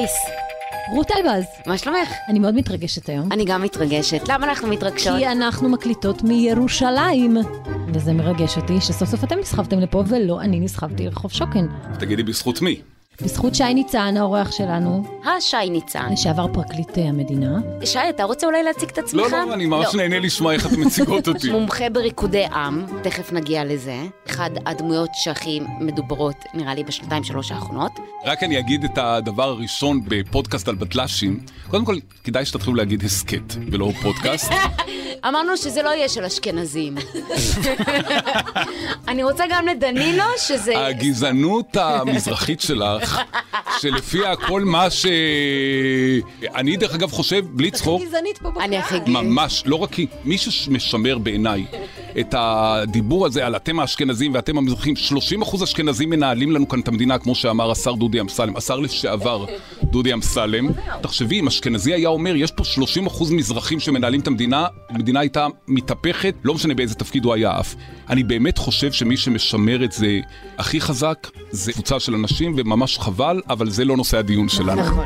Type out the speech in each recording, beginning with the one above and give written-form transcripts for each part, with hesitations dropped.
וייס. רות אלבז. מה שלומך? אני מאוד מתרגשת היום. אני גם מתרגשת. למה אנחנו מתרגשות? כי אנחנו מקליטות מירושלים. וזה מרגש אותי שסוף סוף אתם נסחבתם לפה ולא אני נסחבתי לרחוב שוקן. תגידי בזכות מי? בזכות שי ניצן, האורח שלנו. שי ניצן. לשעבר פרקליט המדינה. שי, אתה רוצה אולי להציג את עצמך? לא, אני ממש נהנה לשמוע איך אתם מציגות אותי. מומחה בריקודי עם, תכף נגיע לזה. אחד הדמויות שהכי מדוברות, נראה לי, בשנתיים-שלוש האחרונות. רק אני אגיד את הדבר הראשון בפודקאסט על בטלשים. קודם כל, כדאי שתתחילו להגיד הסקט ולא פודקאסט. אמרנו שזה לא יהיה של אשכנזים. אני רוצה גם לדנינו שזה... הגזענות המזרחית שלך, שלפיה כל מה אני דרך אגב חושב, בלי צחוק, אני הכי ממש, לא רק מי שמשמר בעיניי את הדיבור הזה על אתם האשכנזים ואתם המזרחים, 30% אשכנזים מנהלים לנו כאן את המדינה, כמו שאמר השר דודי אמסלם, השר לשעבר דודי אמסלם. תחשבי, אם אשכנזי היה אומר, יש פה 30% מזרחים שמנהלים את המדינה, המדינה הייתה מתהפכת, לא משנה באיזה תפקיד הוא היה אף. אני באמת חושב שמי שמשמר את זה הכי חזק, זה קבוצה של אנשים, וממש חבל, אבל זה לא נושא הדיון שלנו. נכון.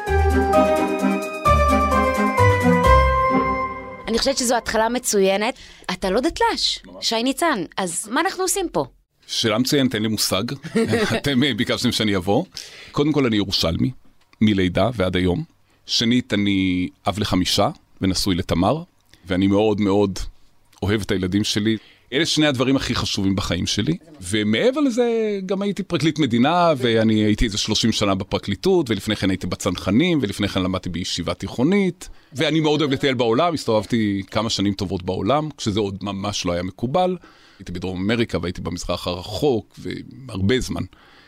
אני חושבת שזו התחלה מצוינת. אתה לא דתל"ש, שי ניצן, אז מה אנחנו עושים פה? שאלה מצוינת, אין לי מושג. אתם ביקשתם שאני אבוא. קודם כל אני ירושלמי, מלידה ועד היום. שנית, אני אב ל5 ונשוי לתמר, ואני מאוד מאוד אוהב את הילדים שלי. אלה שני הדברים הכי חשובים בחיים שלי. ומעבר לזה, גם הייתי פרקליט מדינה, ואני הייתי איזה 30 שנה בפרקליטות, ולפני כן הייתי בצנחנים, ולפני כן למדתי בישיבה תיכונית. ואני מאוד אוהב לטייל בעולם, הסתובבתי כמה שנים טובות בעולם, כשזה עוד ממש לא היה מקובל. הייתי בדרום אמריקה, והייתי במזרח הרחוק, והרבה זמן.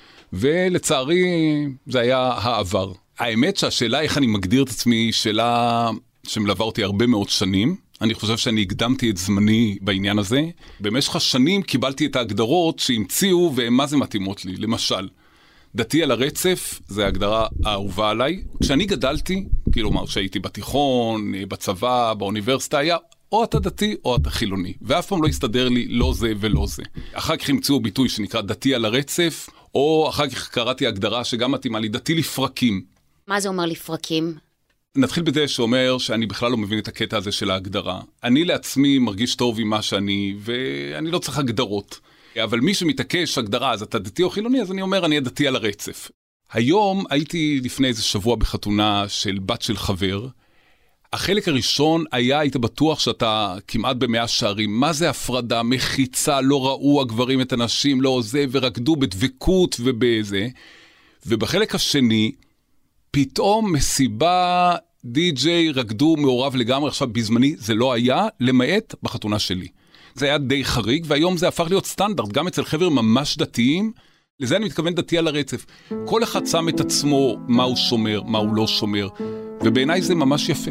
ולצערי, זה היה העבר. האמת שהשאלה איך אני מגדיר את עצמי, היא שאלה שמלווה אותי הרבה מאוד שנים. אני חושב שאני הקדמתי את זמני בעניין הזה. במשך השנים קיבלתי את ההגדרות שהמציאו ומה זה מתאימות לי. למשל, דתי על הרצף, זה הגדרה האהובה עליי. כשאני גדלתי, כלומר שהייתי בתיכון, בצבא, באוניברסיטה, היה או אתה דתי או אתה חילוני. ואף פעם לא הסתדר לי לא זה ולא זה. אחר כך המציאו ביטוי שנקרא דתי על הרצף, או אחר כך קראתי הגדרה שגם מתאימה לי, דתי לפרקים. מה זה אומר לפרקים? נתחיל בזה שאומר שאני בכלל לא מבין את הקטע הזה של ההגדרה. אני לעצמי מרגיש טוב עם מה שאני, ואני לא צריך הגדרות. אבל מי שמתעקש הגדרה, אז אתה דתי או חילוני, אז אני אומר, אני דתי על הרצף. היום הייתי לפני איזה שבוע בחתונה של בת של חבר. החלק הראשון היה, היית בטוח שאתה כמעט ב100 שערים. מה זה הפרדה, מחיצה, לא ראו הגברים את הנשים, לא זה, ורקדו בדבקות ובזה. ובחלק השני, פתאום מסיבה, די-ג'יי, רקדו מעורב לגמרי. עכשיו בזמני זה לא היה, למעט בחתונה שלי. זה היה די חריג, והיום זה הפך להיות סטנדרט, גם אצל חבר ממש דתיים. לזה אני מתכוון דתי על הרצף. כל אחד שם את עצמו מה הוא שומר, מה הוא לא שומר, ובעיניי זה ממש יפה.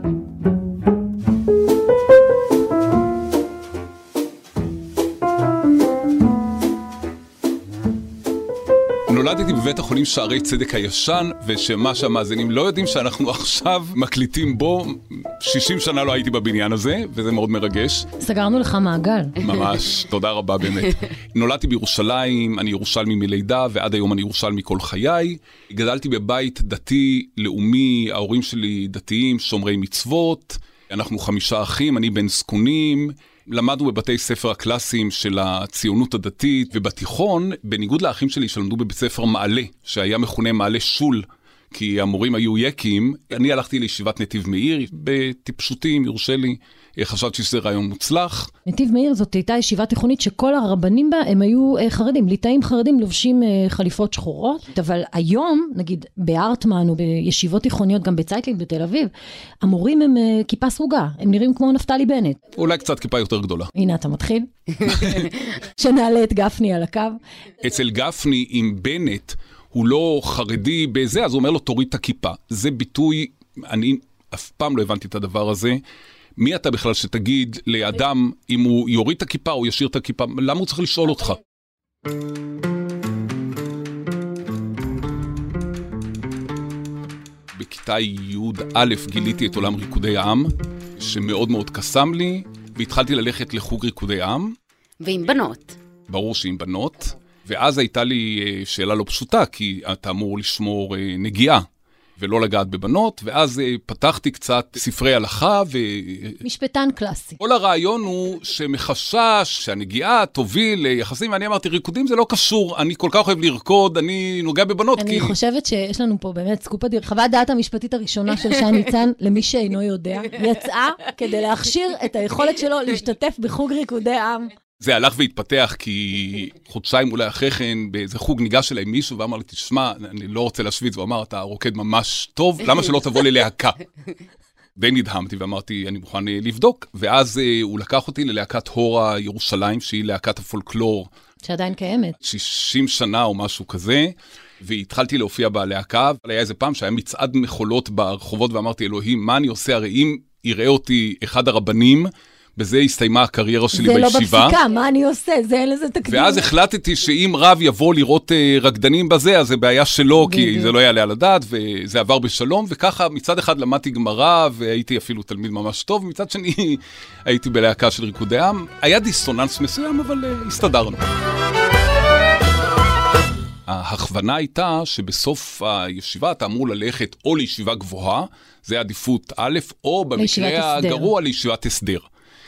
נולדתי בבית החולים שערי צדק הישן, ושמה שהמאזינים לא יודעים שאנחנו עכשיו מקליטים בו, 60 שנה לא הייתי בבניין הזה, וזה מאוד מרגש. סגרנו לך מעגל. ממש, תודה רבה באמת. נולדתי בירושלים, אני ירושלמי מלידה, ועד היום אני ירושלמי כל חיי. גדלתי בבית דתי, לאומי, ההורים שלי דתיים, שומרי מצוות. אנחנו 5 אחים, אני בן זקונים. למדנו בבתי ספר הקלאסיים של הציונות הדתית, ובתיכון, בניגוד לאחים שלי שלמדו בבית ספר מעלה, שהיה מכונה מעלה שול, כי המורים היו יקים, אני הלכתי לישיבת נתיב מאיר, בטיפשותי, יורשה לי, חשבתי שזה רעיון מוצלח. נתיב מאיר זאת הייתה ישיבה תיכונית שכל הרבנים בה הם היו חרדים, ליטאים חרדים לובשים חליפות שחורות, אבל היום, נגיד בארטמן או בישיבות תיכוניות, גם בצייטלין בתל אביב, המורים הם כיפה סרוגה, הם נראים כמו נפתלי בנט. אולי קצת כיפה יותר גדולה. הנה אתה מתחיל. שנעלה את גפני על הקו. אצל גפני עם בנט, הוא לא חרדי בזה, אז הוא אומר לו תוריד את הכיפה. זה ביטוי, אני אף פעם לא הבנתי את הדבר הזה. מי אתה בכלל שתגיד לאדם אם הוא יוריד את הכיפה או ישאיר את הכיפה? למה הוא צריך לשאול אותך? בכיתה י' גיליתי את עולם ריקודי העם, שמאוד מאוד קסם לי, והתחלתי ללכת לחוג ריקודי עם. ועם בנות. ברור שעם בנות. ואז הייתה לי שאלה לא פשוטה, כי אתה אמור לשמור נגיעה. ולא לגעת בבנות, ואז פתחתי קצת ספרי הלכה, משפטן קלאסי. כל הרעיון הוא שמחשש שהנגיעה תוביל ליחסים, ואני אמרתי, ריקודים זה לא קשור, אני כל כך אוהב לרקוד, אני נוגע בבנות. אני חושבת שיש לנו פה באמת סקופ אדיר. חוות דעת המשפטית הראשונה של שי ניצן, למי שאינו יודע, יצאה כדי להכשיר את היכולת שלו להשתתף בחוג ריקודי עם. זה הלך והתפתח, כי חודשיים אולי אחרי כן, באיזה חוג ניגש אליי מישהו, ואמר לי, תשמע, אני לא רוצה להשוויץ, והוא אמר, אתה רוקד ממש טוב, למה שלא תבוא ללהקה? די נדהמתי, ואמרתי, אני מוכן לבדוק, ואז הוא לקח אותי ללהקת הורה ירושלים, שהיא להקת הפולקלור. שעדיין קיימת. 60 שנה או משהו כזה, והתחלתי להופיע בלהקה, אבל היה איזה פעם שהיה מצעד מחולות ברחובות, ואמרתי, אלוהים, מה אני עושה? הרי אם יראה אותי אחד הרבנים, בזה הסתיימה הקריירה שלי בישיבה. זה לא בפסיקה, מה אני עושה? זה אין לזה תקדים. ואז החלטתי שאם רב יבוא לראות רקדנים בזה, אז זה בעיה שלו, כי זה לא יעלה על הדעת, וזה עבר בשלום, וככה מצד אחד למדתי גמרא, והייתי אפילו תלמיד ממש טוב, מצד שני הייתי בלהקה של ריקודי עם. היה דיסוננס מסוים, אבל הסתדרנו. ההכוונה הייתה שבסוף הישיבה אתה אמור ללכת או לישיבה גבוהה, זה עדיפות א', או במקרה הגרוע לישיבת הסדר.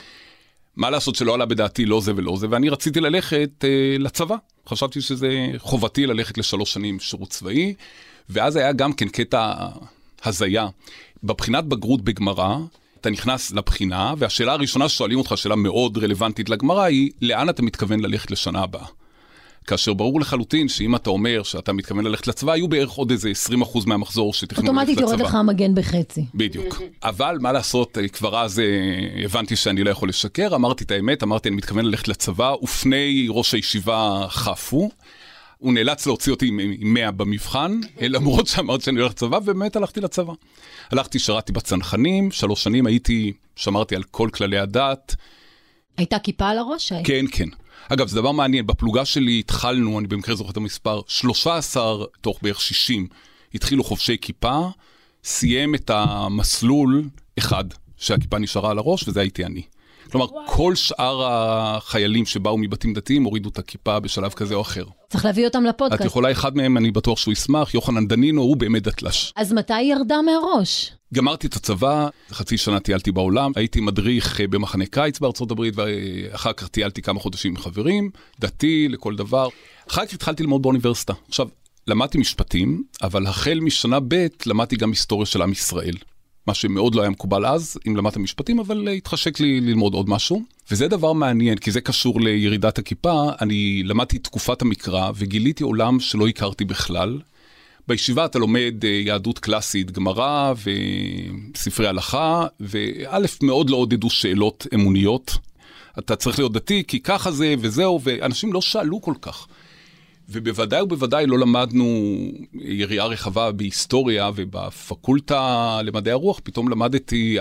מה לעשות שלא עלה בדעתי לא זה ולא זה, ואני רציתי ללכת לצבא. חשבתי שזה חובתי ללכת ל3 שנים שירות צבאי, ואז היה גם כן קטע הזיה. בבחינת בגרות בגמרא, אתה נכנס לבחינה, והשאלה הראשונה ששואלים אותך, שאלה מאוד רלוונטית לגמרא, היא לאן אתה מתכוון ללכת לשנה הבאה? כאשר ברור לחלוטין שאם אתה אומר שאתה מתכוון ללכת לצבא, היו בערך עוד איזה 20% מהמחזור שתכננו ללכת לצבא. אוטומטית יורד לך המגן בחצי. בדיוק. אבל מה לעשות, כבר אז הבנתי שאני לא יכול לשקר, אמרתי את האמת, אמרתי אני מתכוון ללכת לצבא, ופני ראש הישיבה חפו, הוא נאלץ להוציא אותי עם 100 במבחן, למרות שאמרתי שאני הולך לצבא, ובאמת הלכתי לצבא. הלכתי, שרתי בצנחנים, 3 שנים שמרתי על כל כללי הדת. הייתה כיפה על הראש? כן, כן. אגב, זה דבר מעניין, בפלוגה שלי התחלנו, אני במקרה זוכר את המספר, 13 תוך בערך 60, התחילו חובשי כיפה, סיים את המסלול אחד, שהכיפה נשארה על הראש, וזה הייתי אני. כלומר, כל שאר החיילים שבאו מבתים דתיים, הורידו את הכיפה בשלב כזה או אחר. צריך להביא אותם לפודקאסט. את יכולה, אחד מהם, אני בטוח שהוא ישמח, יוחנן דנינו, הוא באמת דתל"ש. אז מתי היא ירדה מהראש? גמרתי את הצבא, חצי שנה טיילתי בעולם, הייתי מדריך במחנה קיץ בארצות הברית, ואחר כך טיילתי כמה חודשים עם חברים, דתי לכל דבר. אחר כך התחלתי ללמוד באוניברסיטה. עכשיו, למדתי משפטים, אבל החל משנה ב' למדתי גם היסטוריה של עם ישראל. מה שמאוד לא היה מקובל אז, אם למדת משפטים, אבל התחשק לי ללמוד עוד משהו. וזה דבר מעניין, כי זה קשור לירידת הכיפה. אני למדתי תקופת המקרא, וגיליתי עולם שלא הכרתי בכלל. בישיבה אתה לומד יהדות קלאסית, גמרא וספרי הלכה, וא' מאוד לא עודדו שאלות אמוניות. אתה צריך להיות דתי, כי ככה זה וזהו, ואנשים לא שאלו כל כך. ובוודאי ובוודאי לא למדנו יריעה רחבה בהיסטוריה, ובפקולטה למדעי הרוח פתאום למדתי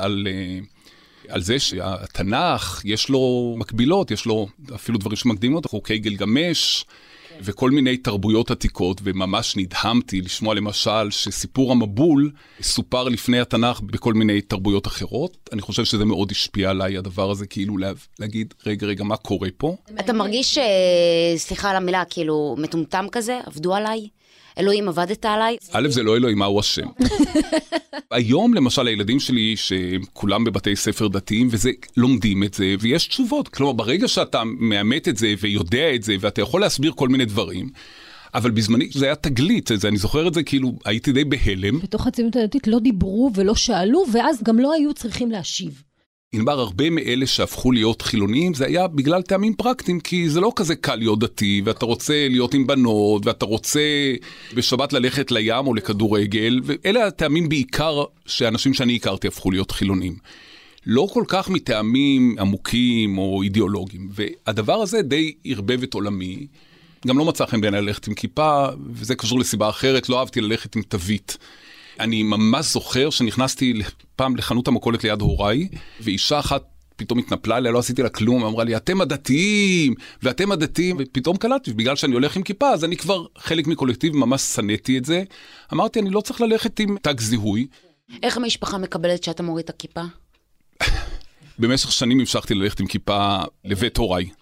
על זה שהתנ"ך יש לו מקבילות, יש לו אפילו דברים שמקדימים אותו, חוקי גלגמש, וכל מיני תרבויות עתיקות, וממש נדהמתי לשמוע למשל שסיפור המבול סופר לפני התנ"ך בכל מיני תרבויות אחרות. אני חושב שזה מאוד השפיע עליי הדבר הזה, כאילו להגיד, רגע, מה קורה פה? אתה מרגיש, סליחה על המילה, כאילו מטומטם כזה, עבדו עליי? אלוהים עבדת עליי? א', זה לא אלוהים, מהו השם. היום, למשל, הילדים שלי, שכולם בבתי ספר דתיים, וזה, לומדים את זה, ויש תשובות. כלומר, ברגע שאתה מאמת את זה, ויודע את זה, ואתה יכול להסביר כל מיני דברים, אבל בזמני זה היה תגלית, אני זוכר את זה, כאילו, הייתי די בהלם. בתוך הציונות הדתית לא דיברו ולא שאלו, ואז גם לא היו צריכים להשיב. ענבר, הרבה מאלה שהפכו להיות חילוניים, זה היה בגלל טעמים פרקטיים, כי זה לא כזה קל להיות דתי, ואתה רוצה להיות עם בנות, ואתה רוצה בשבת ללכת לים או לכדורגל, ואלה הטעמים בעיקר שאנשים שאני הכרתי הפכו להיות חילוניים. לא כל כך מטעמים עמוקים או אידיאולוגיים, והדבר הזה די ערבב את עולמי, גם לא מצא חן בעיניי ללכת עם כיפה, וזה קשור לסיבה אחרת, לא אהבתי ללכת עם תווית. אני ממש זוכר שנכנסתי פעם לחנות המכולת ליד הוריי, ואישה אחת פתאום התנפלה עליה, לא עשיתי לה כלום, אמרה לי, אתם הדתיים, ואתם הדתיים, ופתאום קלטתי, בגלל שאני הולך עם כיפה, אז אני כבר חלק מקולקטיב, ממש שנאתי את זה. אמרתי, אני לא צריך ללכת עם תג זיהוי. איך המשפחה מקבלת שאתה מוריד את הכיפה? במשך שנים המשכתי ללכת עם כיפה לבית הוריי.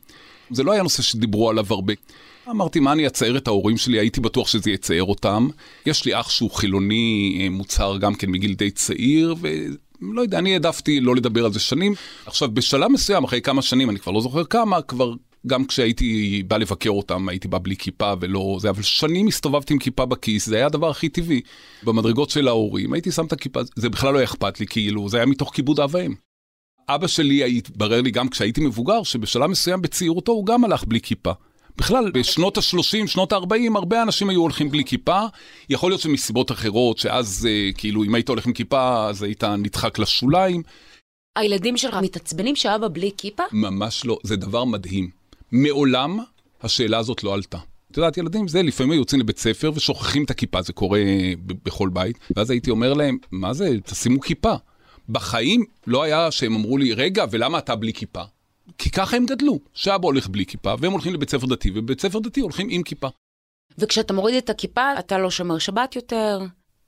זה לא היה נושא שדיברו עליו הרבה. אמרתי, מה אני אצייר את ההורים שלי? הייתי בטוח שזה יצייר אותם. יש לי אח שהוא חילוני מוצהר גם כן מגיל די צעיר, ולא יודע, אני העדפתי לא לדבר על זה שנים. עכשיו, בשלב מסוים, אחרי כמה שנים, אני כבר לא זוכר כמה, כבר גם כשהייתי בא לבקר אותם, הייתי בא בלי כיפה ולא זה, אבל שנים הסתובבתי עם כיפה בכיס, זה היה הדבר הכי טבעי. במדרגות של ההורים, הייתי שם את הכיפה, זה בכלל לא אכפת לי, כאילו, זה היה מתוך כיבוד אב ואם. אבא שלי התברר לי גם כשהייתי מבוגר, שבשלב מסוים בצעירותו הוא גם הלך בלי כיפה. בכלל, בשנות ה-30, שנות ה-40, הרבה אנשים היו הולכים בלי כיפה. יכול להיות שמסיבות אחרות, שאז כאילו אם היית הולך עם כיפה, אז היית נדחק לשוליים. הילדים שלך מתעצבנים שאבא בלי כיפה? ממש לא, זה דבר מדהים. מעולם השאלה הזאת לא עלתה. את יודעת, ילדים זה, לפעמים יוצאים לבית ספר ושוכחים את הכיפה, זה קורה בכל בית. ואז הייתי אומר להם, מה זה? תשימו כיפה. בחיים לא היה שהם אמרו לי, רגע, ולמה אתה בלי כיפה? כי ככה הם גדלו, שאבא הולך בלי כיפה, והם הולכים לבית ספר דתי, ובבית ספר דתי הולכים עם כיפה. וכשאתה מוריד את הכיפה, אתה לא שומר שבת יותר?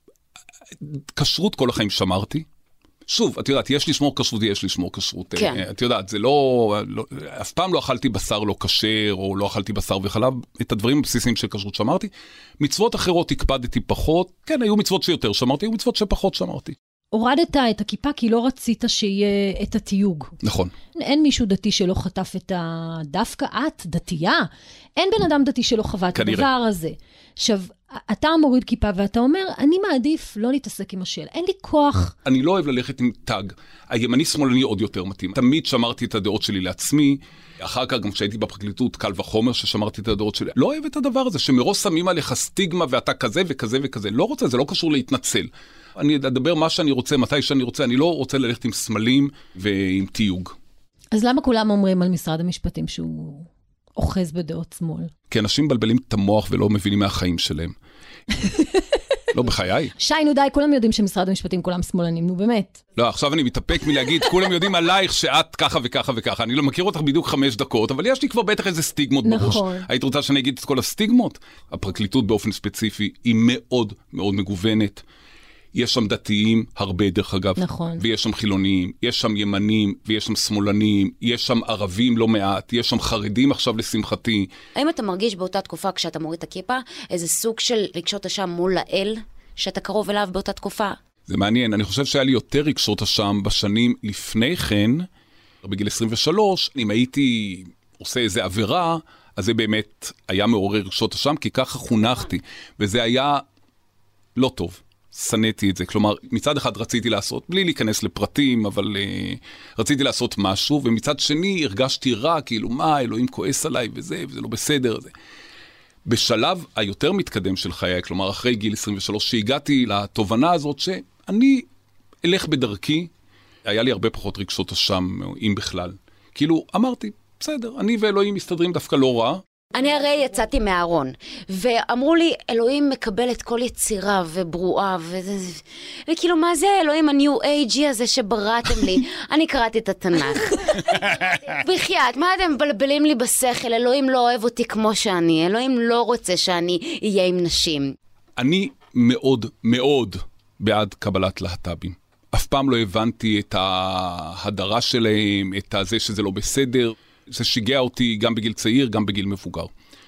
כשרות כל החיים שמרתי. שוב, את יודעת, יש לשמור כשרות, יש לשמור כשרות. כן. את יודעת, זה לא, אף פעם לא אכלתי בשר לא כשר, או לא אכלתי בשר וחלב, את הדברים הבסיסיים של כשרות שמרתי. מצוות אחרות הקפדתי פחות, כן, היו מצוות שיותר שמרתי, היו מצוות שפחות שמרתי. הורדת את הכיפה כי לא רצית שיהיה את התיוג. נכון. אין מישהו דתי שלא חטף את דווקא את, דתייה. אין בן אדם דתי שלא חווה את הדבר הזה. עכשיו, אתה מוריד כיפה ואתה אומר, אני מעדיף לא להתעסק עם השאלה. אין לי כוח. אני לא אוהב ללכת עם טאג. הימני שמאלני עוד יותר מתאים. תמיד שמרתי את הדעות שלי לעצמי. אחר כך, גם כשהייתי בפרקליטות, קל וחומר ששמרתי את הדעות שלי. לא אוהב את הדבר הזה, שמראש שמים עליך סטיגמה ואתה כזה וכזה וכזה. לא רוצה, זה לא קשור להתנצל. אני אדבר מה שאני רוצה, מתי שאני רוצה. אני לא רוצה ללכת עם סמלים ועם תיוג. אז למה כולם אומרים על משרד המשפטים שהוא אוחז בדעות שמאל? כי אנשים מבלבלים את המוח ולא מבינים מהחיים שלהם. לא בחיי. שי, נו די, כולם יודעים שמשרד המשפטים כולם שמאלנים, נו באמת. לא, עכשיו אני מתאפק מלהגיד, כולם יודעים עלייך שאת ככה וככה וככה. אני לא מכיר אותך בדיוק 5 דקות, אבל יש לי כבר בטח איזה סטיגמות בראש. נכון. היית רוצה שאני אגיד את כל הסטיגמות? הפרקליטות באופן ספציפי היא מאוד מאוד מגוונת. יש שם דתיים, הרבה דרך אגב. נכון. ויש שם חילונים, יש שם ימנים, ויש שם שמאלנים, יש שם ערבים לא מעט, יש שם חרדים עכשיו לשמחתי. האם אתה מרגיש באותה תקופה, כשאתה מוריד את הכיפה, איזה סוג של רגשות אשם מול האל, שאתה קרוב אליו באותה תקופה? זה מעניין, אני חושב שהיה לי יותר רגשות אשם בשנים לפני כן, בגיל 23, אם הייתי עושה איזה עבירה, אז זה באמת היה מעורר רגשות אשם, כי ככה חונכתי, וזה היה לא טוב. סניתי את זה, כלומר, מצד אחד רציתי לעשות, בלי להיכנס לפרטים, אבל רציתי לעשות משהו, ומצד שני הרגשתי רע, כאילו, מה, אלוהים כועס עליי וזה לא בסדר. זה. בשלב היותר מתקדם של חיי, כלומר, אחרי גיל 23, שהגעתי לתובנה הזאת שאני אלך בדרכי, היה לי הרבה פחות רגשות אשם, אם בכלל. כאילו, אמרתי, בסדר, אני ואלוהים מסתדרים דווקא לא רע, אני הרי יצאתי מהארון, ואמרו לי, אלוהים מקבל את כל יצירה וברואה, וכאילו, מה זה אלוהים הניו אייג'י הזה שבראתם לי? אני קראתי את התנ"ך. בחייאת, מה אתם מבלבלים לי בשכל? אלוהים לא אוהב אותי כמו שאני, אלוהים לא רוצה שאני אהיה עם נשים. אני מאוד מאוד בעד קבלת להט"בים. אף פעם לא הבנתי את ההדרה שלהם, את זה שזה לא בסדר. זה שיגע אותי גם בגיל צעיר, גם בגיל מבוגר.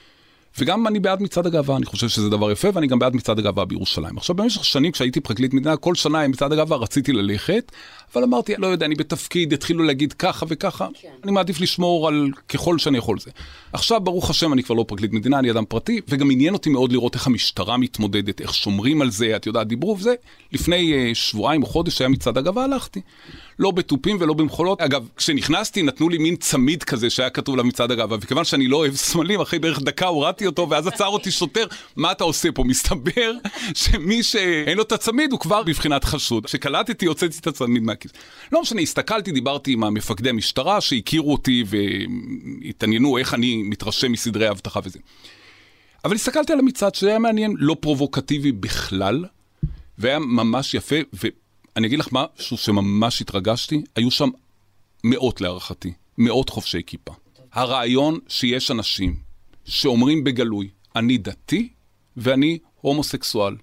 וגם אני בעד מצעד הגאווה, אני חושב שזה דבר יפה, ואני גם בעד מצעד הגאווה בירושלים. עכשיו, במשך שנים, כשהייתי פרקליט מדינה, כל שנה עם מצעד הגאווה רציתי ללכת, אבל אמרתי, לא יודע, אני בתפקיד, התחילו להגיד ככה וככה, כן. אני מעדיף לשמור על ככל שאני יכול זה. עכשיו, ברוך השם, אני כבר לא פרקליט מדינה, אני אדם פרטי, וגם עניין אותי מאוד לראות איך המשטרה מתמודדת, איך שומרים על זה, את יודעת, דיברו וזה. לפני שבועיים או חודש היה מצעד הגאווה, הלכתי. לא בטופים ולא במחולות. אגב, כשנכנסתי, נתנו לי מין צמיד כזה שהיה כתוב למצעד הגאווה, וכיוון שאני לא אוהב סמלים, אחרי בערך דקה הורדתי אותו, ואז עצר אותי שוטר, מה אתה עושה פה? מסתבר שמי שאין לו את הצמיד הוא כבר בבחינת חשוד. כשקלטתי, הוצאתי את הצמיד מהכיס. לא משנה, הסתכלתי, דיברתי עם המפקדי המשטרה, שהכירו אותי והתעניינו איך אני מתרשם מסדרי האבטחה וזה. אבל הסתכלתי על המצעד שהיה מעניין, לא פרובוקטיבי בכלל, והיה ממש יפה, ואני אגיד לך משהו שממש התרגשתי, היו שם מאות להערכתי, מאות חובשי כיפה. הרעיון שיש אנשים שאומרים בגלוי, אני דתי ואני הומוסקסואל.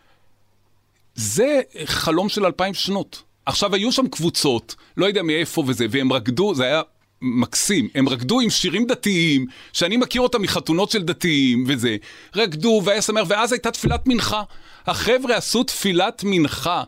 זה חלום של 2000 שנות. עכשיו היו שם קבוצות, לא יודע מאיפה וזה, והם רקדו, זה היה מקסים. הם רקדו עם שירים דתיים, שאני מכיר אותם מחתונות של דתיים, וזה. רקדו והיה שמח, ואז הייתה תפילת מנחה. החבר'ה עשו תפילת מנחה.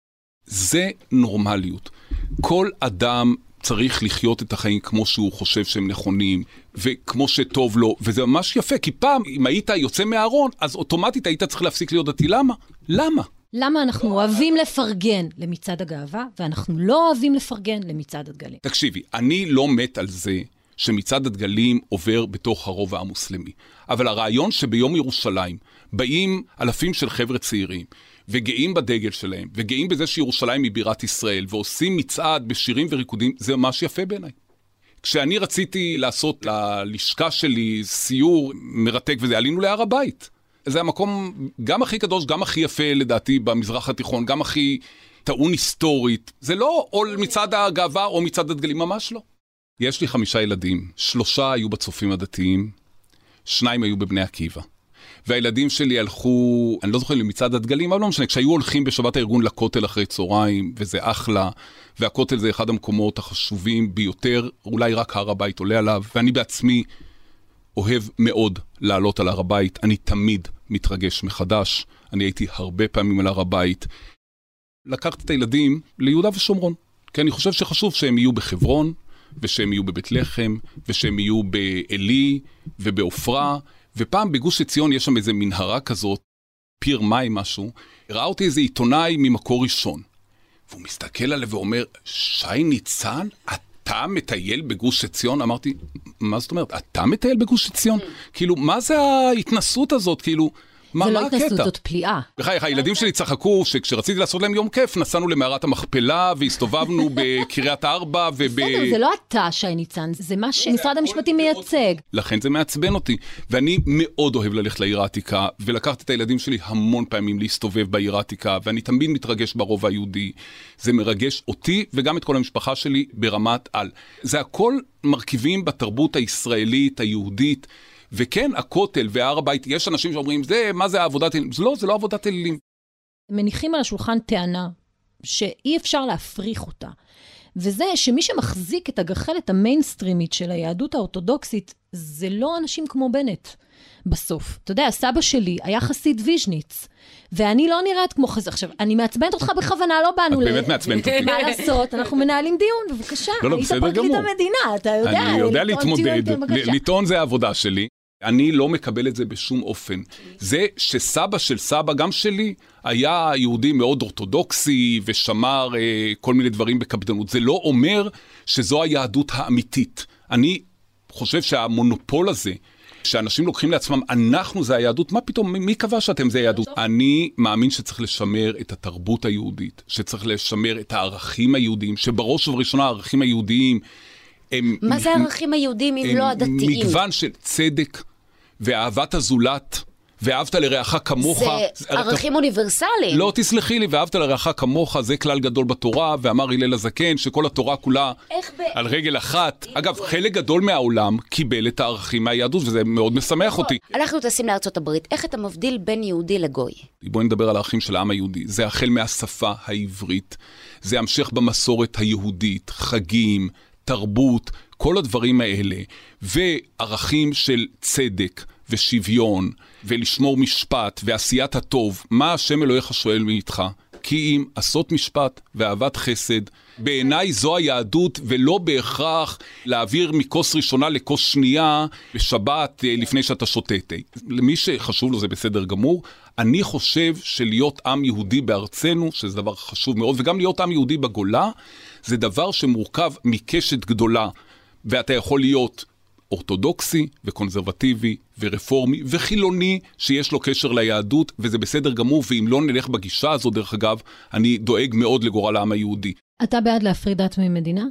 זה נורמליות. כל אדם צריך לחיות את החיים כמו שהוא חושב שהם נכונים, וכמו שטוב לו, וזה ממש יפה, כי פעם, אם היית יוצא מהארון, אז אוטומטית היית צריך להפסיק להיות דתי. למה? למה? למה אנחנו אוהבים לפרגן למצעד הגאווה, ואנחנו לא אוהבים לפרגן למצעד הדגלים? תקשיבי, אני לא מת על זה שמצעד הדגלים עובר בתוך הרובע המוסלמי. אבל הרעיון שביום ירושלים באים אלפים של חבר'ה צעירים, וגאים בדגל שלהם, וגאים בזה שירושלים היא בירת ישראל, ועושים מצעד בשירים וריקודים, זה ממש יפה בעיניי. כשאני רציתי לעשות ללשכה שלי סיור מרתק וזה, עלינו להר הבית. זה המקום גם הכי קדוש, גם הכי יפה לדעתי במזרח התיכון, גם הכי טעון היסטורית. זה לא או מצעד הגאווה או מצעד הדגלים, ממש לא. יש לי 5 ילדים, 3 היו בצופים הדתיים, 2 היו בבני עקיבא. והילדים שלי הלכו, אני לא זוכר למצעד הדגלים, אבל לא משנה, כשהיו הולכים בשבת הארגון לכותל אחרי צהריים, וזה אחלה, והכותל זה אחד המקומות החשובים ביותר, אולי רק הר הבית עולה עליו, ואני בעצמי אוהב מאוד לעלות על הר הבית, אני תמיד מתרגש מחדש, אני הייתי הרבה פעמים על הר הבית. לקחתי את הילדים ליהודה ושומרון, כי אני חושב שחשוב שהם יהיו בחברון, ושהם יהיו בבית לחם, ושהם יהיו באלי ובאופרה, ופעם בגוש עציון יש שם איזה מנהרה כזאת, פיר מים משהו, ראה אותי איזה עיתונאי ממקור ראשון, והוא מסתכל עליו ואומר, שי ניצן, אתה מטייל בגוש עציון? אמרתי, מה זאת אומרת? אתה מטייל בגוש עציון? כאילו, מה זה ההתנסות הזאת? כאילו, מה הקטע? זה לא התנסות, זאת פליאה. בחייך, הילדים שלי צחקו שכשרציתי לעשות להם יום כיף, נסענו למערת המכפלה והסתובבנו בקריית ארבע בסדר, זה לא אתה, שי ניצן, זה מה שמשרד המשפטים מייצג. לכן זה מעצבן אותי. ואני מאוד אוהב ללכת לעיר העתיקה, ולקחת את הילדים שלי המון פעמים להסתובב בעיר העתיקה, ואני תמיד מתרגש ברובע היהודי. זה מרגש אותי וגם את כל המשפחה שלי ברמת על. זה הכל מרכיבים בתרבות הישראלית, היהודית, וכן, הכותל והר הבית, יש אנשים שאומרים, מה זה העבודת אלילים? זה לא עבודת אלילים. מניחים על השולחן טענה שאי אפשר להפריך אותה. וזה שמי שמחזיק את הגחלת המיינסטרימית של היהדות האורתודוקסית, זה לא אנשים כמו בנט בסוף. אתה יודע, הסבא שלי היה חסיד ויז'ניץ, ואני לא נראית כמו חסיד. עכשיו, אני מעצבנת אותך בכוונה, לא באנו את באמת מעצבנת אותי. מה לעשות? אנחנו מנהלים דיון, בבקשה. לא, בסדר גמור. היית פרקליט המדינה, אתה יודע. אני יודע להתמודד, לטעון זה העבודה שלי. אני לא מקבל את זה בשום אופן. זה שסבא של סבא, גם שלי, היה יהודי מאוד אורתודוקסי ושמר כל מיני דברים בקפדנות. זה לא אומר שזו היהדות האמיתית. אני חושב שהמונופול הזה, שאנשים לוקחים לעצמם, אנחנו זה היהדות, מה פתאום, מי קבע שאתם זה היהדות? אני מאמין שצריך לשמר את התרבות היהודית, שצריך לשמר את הערכים היהודיים, שבראש ובראשונה הערכים היהודיים, מה זה הערכים היהודים אם לא הדתיים? מגוון של צדק ואהבת הזולת, ואהבת לרעך כמוך. זה ערכים אוניברסליים. לא, תסלחי לי, ואהבת לרעך כמוך, זה כלל גדול בתורה, ואמר הלל הזקן, שכל התורה כולה על רגל אחת. אגב, חלק גדול מהעולם קיבל את הערכים מהיהדות, וזה מאוד משמח אותי. אנחנו טסים לארצות הברית, איך אתה מבדיל בין יהודי לגוי? בואי נדבר על הערכים של העם היהודי. זה החל מהשפה העברית, זה המשך במסורת היהודית, חגים, תרבות, כל הדברים האלה, וערכים של צדק ושוויון, ולשמור משפט ועשיית הטוב, מה השם אלוהיך שואל מאיתך? כי אם עשות משפט ואהבת חסד, בעיניי זו היהדות, ולא בהכרח להעביר מכוס ראשונה לכוס שנייה בשבת לפני שאתה שותה תה. למי שחשוב לו זה בסדר גמור. אני חושב שלהיות עם יהודי בארצנו, שזה דבר חשוב מאוד, וגם להיות עם יהודי בגולה, זה דבר שמורכב מקשת גדולה, ואתה יכול להיות אורתודוקסי וקונסרבטיבי ורפורמי וחילוני שיש לו קשר ליהדות, וזה בסדר גמור, ואם לא נלך בגישה הזו, דרך אגב, אני דואג מאוד לגורל העם היהודי. אתה בעד להפריד דת ממדינה?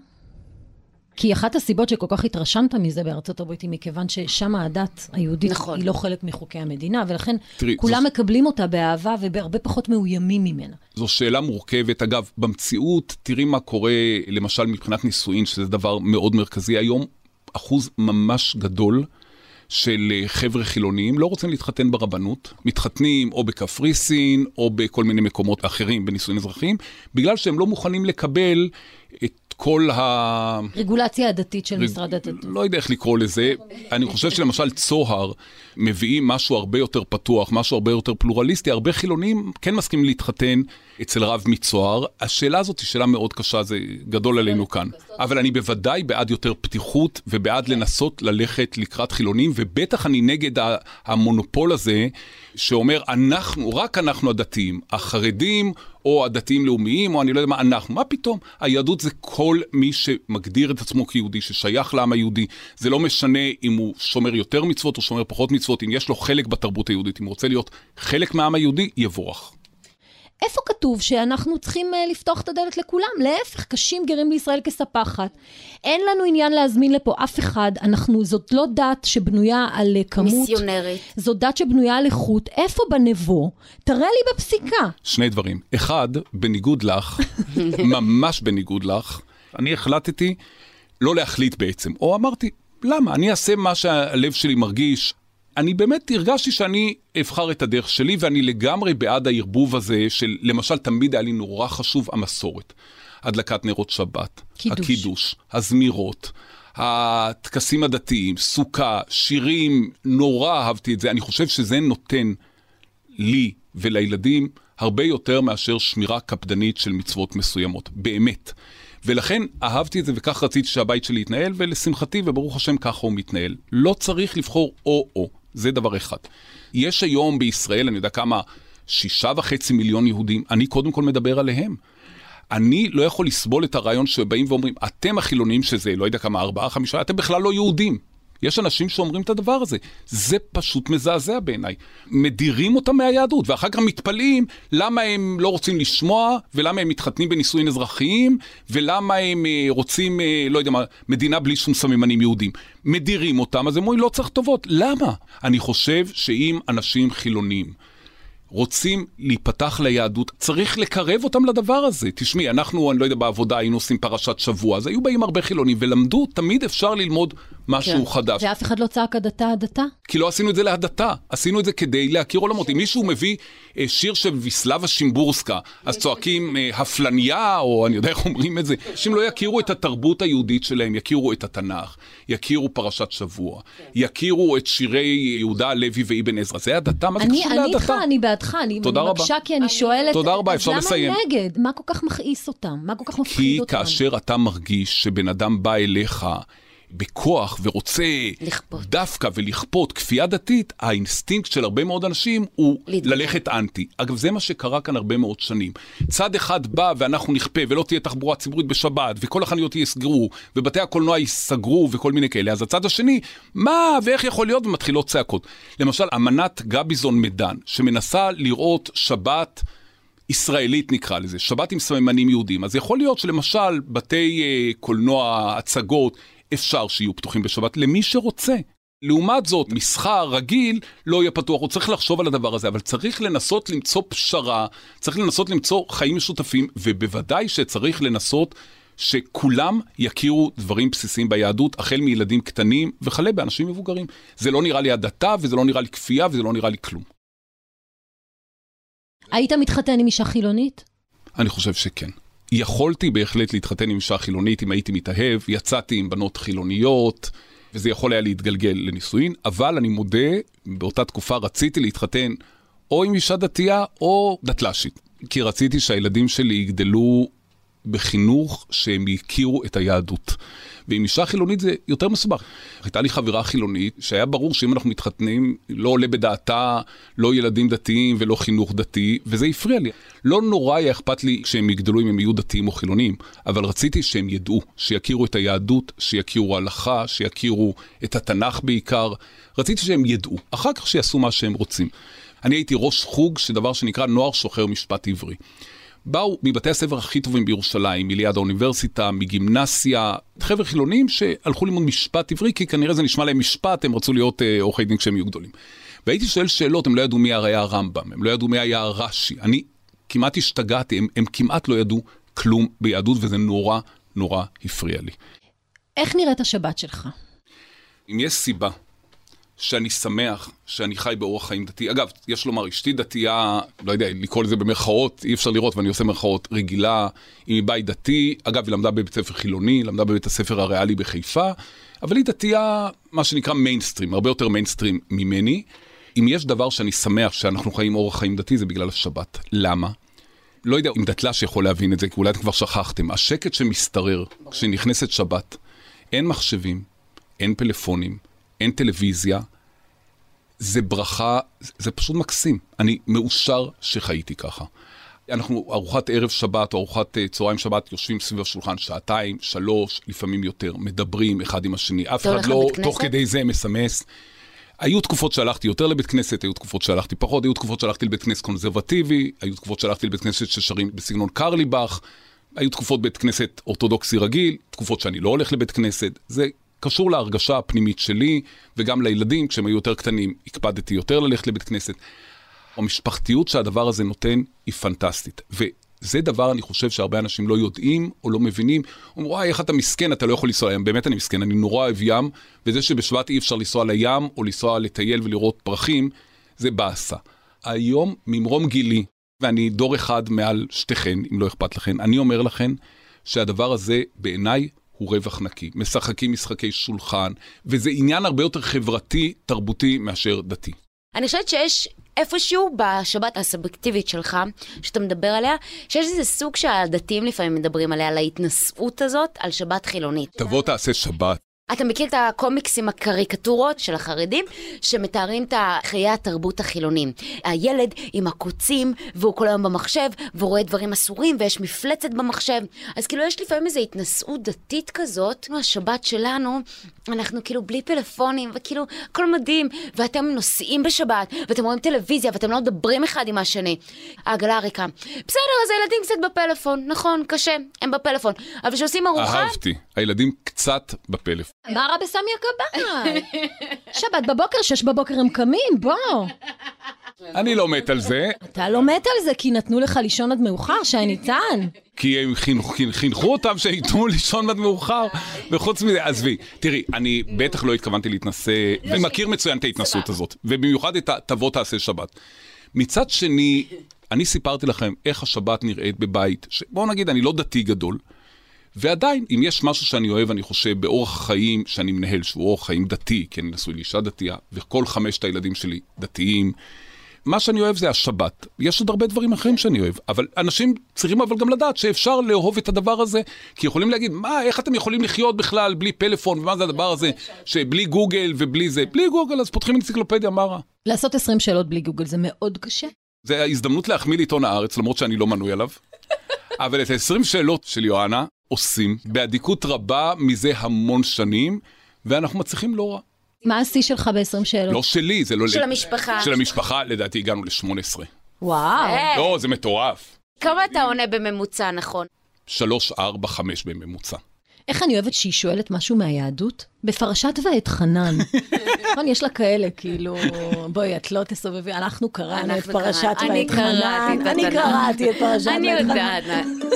כי אחת הסיבות שכל כך התרשמת מזה בארצות הברית היא מכיוון ששם הדת היהודית נכון. היא לא חלק מחוקי המדינה, ולכן תראי, כולם מקבלים אותה באהבה ובהרבה פחות מאוימים ממנה. זו שאלה מורכבת. אגב, במציאות, תראי מה קורה למשל מבחינת נישואין, שזה דבר מאוד מרכזי היום, אחוז ממש גדול של חבר'ה חילוניים לא רוצים להתחתן ברבנות, מתחתנים או בקפריסין או בכל מיני מקומות אחרים בנישואים אזרחיים, בגלל שהם לא מוכנים לקבל את כל רגולציה הדתית של משרד הדתות. לא יודע איך לקרוא לזה. אני חושב שלמשל צוהר מביאים משהו הרבה יותר פתוח, משהו הרבה יותר פלורליסטי. הרבה חילונים כן מסכימים להתחתן אצל רב מצוהר. השאלה הזאת היא שאלה מאוד קשה, זה גדול עלינו כאן. אבל אני בוודאי בעד יותר פתיחות ובעד לנסות ללכת לקראת חילונים, ובטח אני נגד המונופול הזה שאומר רק אנחנו הדתיים, החרדים או הדתיים לאומיים, או אני לא יודע מה, מה פתאום? היהדות זה כל מי שמגדיר את עצמו כיהודי, ששייך לעם היהודי. זה לא משנה אם הוא שומר יותר מצוות או שומר פחות מצוות, אם יש לו חלק בתרבות היהודית, אם הוא רוצה להיות חלק מהעם היהודי, יבורך. איפה כתוב שאנחנו צריכים לפתוח את הדלת לכולם? להפך, קשים גרים בישראל כספחת. אין לנו עניין להזמין לפה אף אחד. זאת לא דת שבנויה על כמות. מיסיונרית. זו דת שבנויה על איכות. איפה בנבו? תראה לי בפסיקה. שני דברים. אחד, בניגוד לך, ממש בניגוד לך, אני החלטתי לא להחליט בעצם. או אמרתי, למה? אני אעשה מה שהלב שלי מרגיש. אני באמת הרגשתי שאני אבחר את הדרך שלי, ואני לגמרי בעד הערבוב הזה של, למשל, תמיד היה לי נורא חשוב המסורת. הדלקת נרות שבת, הקידוש, הזמירות, הטקסים הדתיים, סוכה, שירים, נורא אהבתי את זה. אני חושב שזה נותן לי ולילדים הרבה יותר מאשר שמירה קפדנית של מצוות מסוימות. באמת. ולכן אהבתי את זה, וכך רציתי שהבית שלי יתנהל, ולשמחתי, וברוך השם, ככה הוא מתנהל. לא צריך לבחור או-או. זה דבר אחד. יש היום בישראל, אני יודע כמה, 6.5 מיליון יהודים, אני קודם כל מדבר עליהם. אני לא יכול לסבול את הרעיון שבאים ואומרים, אתם החילונים שזה, לא יודע כמה, 4, 5, אתם בכלל לא יהודים. יש אנשים שאומרים את הדבר הזה. זה פשוט מזעזע בעיניי. מדירים אותם מהיהדות, ואחר כך מתפלאים למה הם לא רוצים לשמוע, ולמה הם מתחתנים בנישואין אזרחיים, ולמה הם רוצים, לא יודע מה, מדינה בלי שום סממנים יהודים. מדירים אותם, אז הם אומרים, לא צריך טובות. למה? אני חושב שאם אנשים חילונים רוצים להיפתח ליהדות, צריך לקרב אותם לדבר הזה. תשמעי, אנחנו, אני לא יודע, בעבודה היינו עושים פרשת שבוע, אז היו באים הרבה חילונים ולמדו, תמיד אפשר ללמוד משהו חדש. ואף אחד לא צעק הדתה? כי לא עשינו את זה להדתה, עשינו את זה כדי להכיר עולמות. אם מישהו מביא שיר של ויסלבה שימבורסקה, אז צועקים הפלניה, או אני יודע איך אומרים את זה, אנשים לא יכירו את התרבות היהודית שלהם, יכירו את התנ"ך, יכירו פרשת שבוע, יכירו את שירי יהודה הלוי ואבן עזרא. זה הדתה, מה זה קשור להדתה? אני בעדך, אני מקשה כי אני שואלת, תודה רבה, אפשר לסיים. אז למה נגד? מה כל כך מכעיס אותם? מה כל כך מפחיד אותם? כי כאשר אתה מרגיש שבן אדם בא אליך בכוח ורוצה דווקא ולכפות כפייה דתית, האינסטינקט של הרבה מאוד אנשים הוא ללכת אנטי. אגב, זה מה שקרה כאן הרבה מאוד שנים. צד אחד בא ואנחנו נכפה ולא תהיה תחבורה ציבורית בשבת, וכל החנויות יסגרו, ובתי הקולנוע יסגרו וכל מיני כאלה. אז הצד השני, מה ואיך יכול להיות? ומתחילות צעקות. למשל, אמנת גביזון מדן, שמנסה לראות שבת ישראלית נקרא לזה, שבת עם סממנים יהודים. אז יכול להיות שלמשל בתי קולנוע, הצגות, אפשר שיהיו פתוחים בשבת למי שרוצה. לעומת זאת, מסחר רגיל לא יהיה פתוח, הוא צריך לחשוב על הדבר הזה, אבל צריך לנסות למצוא פשרה, צריך לנסות למצוא חיים משותפים, ובוודאי שצריך לנסות שכולם יכירו דברים בסיסיים ביהדות, החל מילדים קטנים וכלה באנשים מבוגרים. זה לא נראה לי הדתה, וזה לא נראה לי כפייה, וזה לא נראה לי כלום. היית מתחתן עם אישה חילונית? אני חושב שכן. יכולתי בהחלט להתחתן עם אישה חילונית, אם הייתי מתאהב, יצאתי עם בנות חילוניות, וזה יכול היה להתגלגל לנישואין, אבל אני מודה, באותה תקופה רציתי להתחתן או עם אישה דתייה או דתל"שית, כי רציתי שהילדים שלי יגדלו בחינוך שהם יכירו את היהדות. ועם אישה חילונית זה יותר מסובך. הייתה לי חברה חילונית שהיה ברור שאם אנחנו מתחתנים לא עולה בדעתה, לא ילדים דתיים ולא חינוך דתי, וזה הפריע לי. לא נורא היה אכפת לי שהם יגדלו אם הם יהיו דתיים או חילוניים, אבל רציתי שהם ידעו, שיכירו את היהדות, שיכירו הלכה, שיכירו את התנ"ך בעיקר. רציתי שהם ידעו, אחר כך שיעשו מה שהם רוצים. אני הייתי ראש חוג שדבר שנקרא נוער שוחר משפט עברי. באו מבתי הספר הכי טובים בירושלים, מליד האוניברסיטה, מגימנסיה, חבר'ה חילונים שהלכו ללמוד משפט עברי, כי כנראה זה נשמע להם משפט, הם רצו להיות עורכי דין כשהם יהיו גדולים. והייתי שואל שאלות, הם לא ידעו מי היה הרמב"ם, הם לא ידעו מי היה הרש"י. אני כמעט השתגעתי, הם כמעט לא ידעו כלום ביהדות, וזה נורא נורא הפריע לי. איך נראית השבת שלך? אם יש סיבה שאני שמח שאני חי באורח חיים דתי. אגב, יש לומר, אשתי דתייה, לא יודע, לקרוא לזה במרכאות, אי אפשר לראות, ואני עושה מרכאות רגילה, היא מבית דתי, אגב, היא למדה בבית ספר חילוני, למדה בבית הספר הריאלי בחיפה, אבל היא דתייה, מה שנקרא מיינסטרים, הרבה יותר מיינסטרים ממני. אם יש דבר שאני שמח שאנחנו חיים אורח חיים דתי, זה בגלל השבת. למה? לא יודע אם דתל"ש יכול להבין את זה, כי אולי אתם כבר שכחתם. השקט שמסתרר כשנכנסת שבת, אין מחשבים, אין פלאפונים, אין טלוויזיה, זה ברכה, זה פשוט מקסים. אני מאושר שחייתי ככה. אנחנו ארוחת ערב שבת או ארוחת צהריים שבת יושבים סביב השולחן 2, 3, לפעמים יותר, מדברים אחד עם השני. אף אחד לא תוך כדי זה מסמס. היו תקופות שהלכתי יותר לבית כנסת, היו תקופות שהלכתי פחות, היו תקופות שהלכתי לבית כנסת קונסרבטיבי, היו תקופות שהלכתי לבית כנסת ששרים בסגנון קרליבך, היו תקופות בית כנסת אורתודוקסי רגיל, תקופות שאני לא הולך לבית כנסת. זה קשור להרגשה הפנימית שלי, וגם לילדים, כשהם היו יותר קטנים, הקפדתי יותר ללכת לבית כנסת. המשפחתיות שהדבר הזה נותן היא פנטסטית. וזה דבר, אני חושב, שהרבה אנשים לא יודעים או לא מבינים. אומרים, וואי, איך אתה מסכן, אתה לא יכול לנסוע לים. באמת אני מסכן, אני נורא אוהב ים, וזה שבשבת אי אפשר לנסוע לים, או לנסוע לטייל ולראות פרחים, זה בעשה. היום, ממרום גילי, ואני דור אחד מעל שתיכן, אם לא אכפת לכן, אני אומר לכן שהדבר הזה בעיניי הוא רווח נקי. משחקים משחקי שולחן, וזה עניין הרבה יותר חברתי, תרבותי, מאשר דתי. אני חושבת שיש איפשהו בשבת הסובייקטיבית שלך, שאתה מדבר עליה, שיש איזה סוג שהדתיים לפעמים מדברים עליה, על ההתנשאות הזאת, על שבת חילונית. תבוא תעשה שבת. אתה מכיר את הקומיקסים הקריקטורות של החרדים, שמתארים את חיי התרבות החילונים. הילד עם הקוצים, והוא כל היום במחשב, והוא רואה דברים אסורים, ויש מפלצת במחשב. אז כאילו יש לפעמים איזו התנסות דתית כזאת, השבת שלנו, אנחנו כאילו בלי פלאפונים, וכאילו הכל מדהים, ואתם נוסעים בשבת, ואתם רואים טלוויזיה, ואתם לא מדברים אחד עם השני. העגלה הריקה. בסדר, אז הילדים קצת בפלאפון, נכון, קשה, הם בפלאפון. אבל שעושים ארוחה... אהבתי, הילדים קצת בפלאפון. מה רע בסמי הכבאי? שבת בבוקר, 6 בבוקר הם קמים, בוא. אני לא מת על זה. אתה לא מת על זה, כי נתנו לך לישון עד מאוחר, שי ניצן. כי הם חינכו אותם שיתנו לישון עד מאוחר, וחוץ מזה, עזבי, תראי, אני בטח לא התכוונתי להתנסה, אני מכיר מצוין את ההתנסות הזאת, ובמיוחד את תבוא תעשה שבת. מצד שני, אני סיפרתי לכם איך השבת נראית בבית, בואו נגיד, אני לא דתי גדול, ועדיין, אם יש משהו שאני אוהב, אני חושב, באורח החיים שאני מנהל, שהוא אורח חיים דתי, כי אני נשוי לאישה דתייה, וכל 5 הילדים שלי דתיים, מה שאני אוהב זה השבת. יש עוד הרבה דברים אחרים שאני אוהב, אבל אנשים צריכים אבל גם לדעת שאפשר לאהוב את הדבר הזה, כי יכולים להגיד, מה, איך אתם יכולים לחיות בכלל בלי פלאפון, ומה זה הדבר הזה, שבלי גוגל ובלי זה, בלי גוגל, אז פותחים אנציקלופדיה, מה רע? לעשות 20 שאלות בלי גוגל זה מאוד קשה. זה ההזדמנות להחמיא לעיתון הארץ, למרות שאני לא מנוי עליו. אבל את 20 שאלות של יואנה עושים באדיקות רבה מזה המון שנים, ואנחנו מצליחים לא רע. מה השיא שלך ב-20 שאלות? לא שלי, זה לא... של המשפחה. של המשפחה, לדעתי הגענו ל-18. וואו. לא, זה מטורף. כמה אתה עונה בממוצע, נכון? 3, 4, 5 בממוצע. איך אני אוהבת שהיא שואלת משהו מהיהדות? בפרשת ואת חנן. יש לה כאלה, כאילו, בואי, את לא תסובבי, אנחנו קראנו את פרשת ואת חנן. אני קראתי את פרשת ואת חנן. אני יודעת.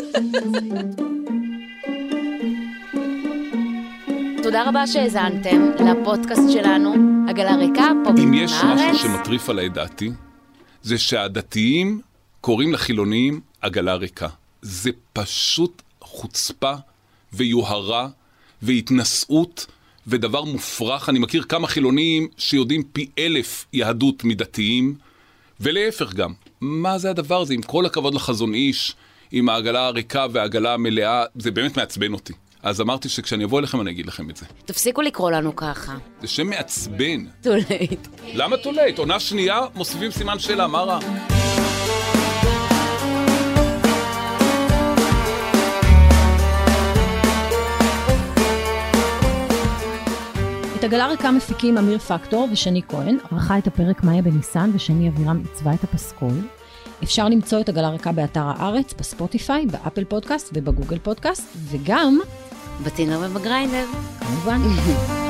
תודה רבה שהזנתם לפודקאסט שלנו, עגלה ריקה, פה אם יש משהו שמטריף על דעתי, זה שהדתיים קוראים לחילונים עגלה ריקה. זה פשוט חוצפה ויוהרה והתנשאות ודבר מופרך. אני מכיר כמה חילונים שיודעים פי 1000 יהדות מדתיים, ולהפך גם. מה זה הדבר הזה? עם כל הכבוד לחזון איש, עם העגלה הריקה והעגלה המלאה, זה באמת מעצבן אותי. אז אמרתי שכשאני אבוא אליכם אני אגיד לכם את זה. תפסיקו לקרוא לנו ככה. זה שם מעצבן. תולית. למה תולית? עונה שנייה מוסיפים סימן שאלה, מה רע? את עגלה ריקה מפיקים אמיר פקטור ושני כהן, ערכה את הפרק מאיה בניסן ושני אבירם עיצבה את הפסקול. אפשר למצוא את עגלה ריקה באתר הארץ, בספוטיפיי, באפל פודקאסט ובגוגל פודקאסט, וגם בטינדר ובגריינדר. כמובן.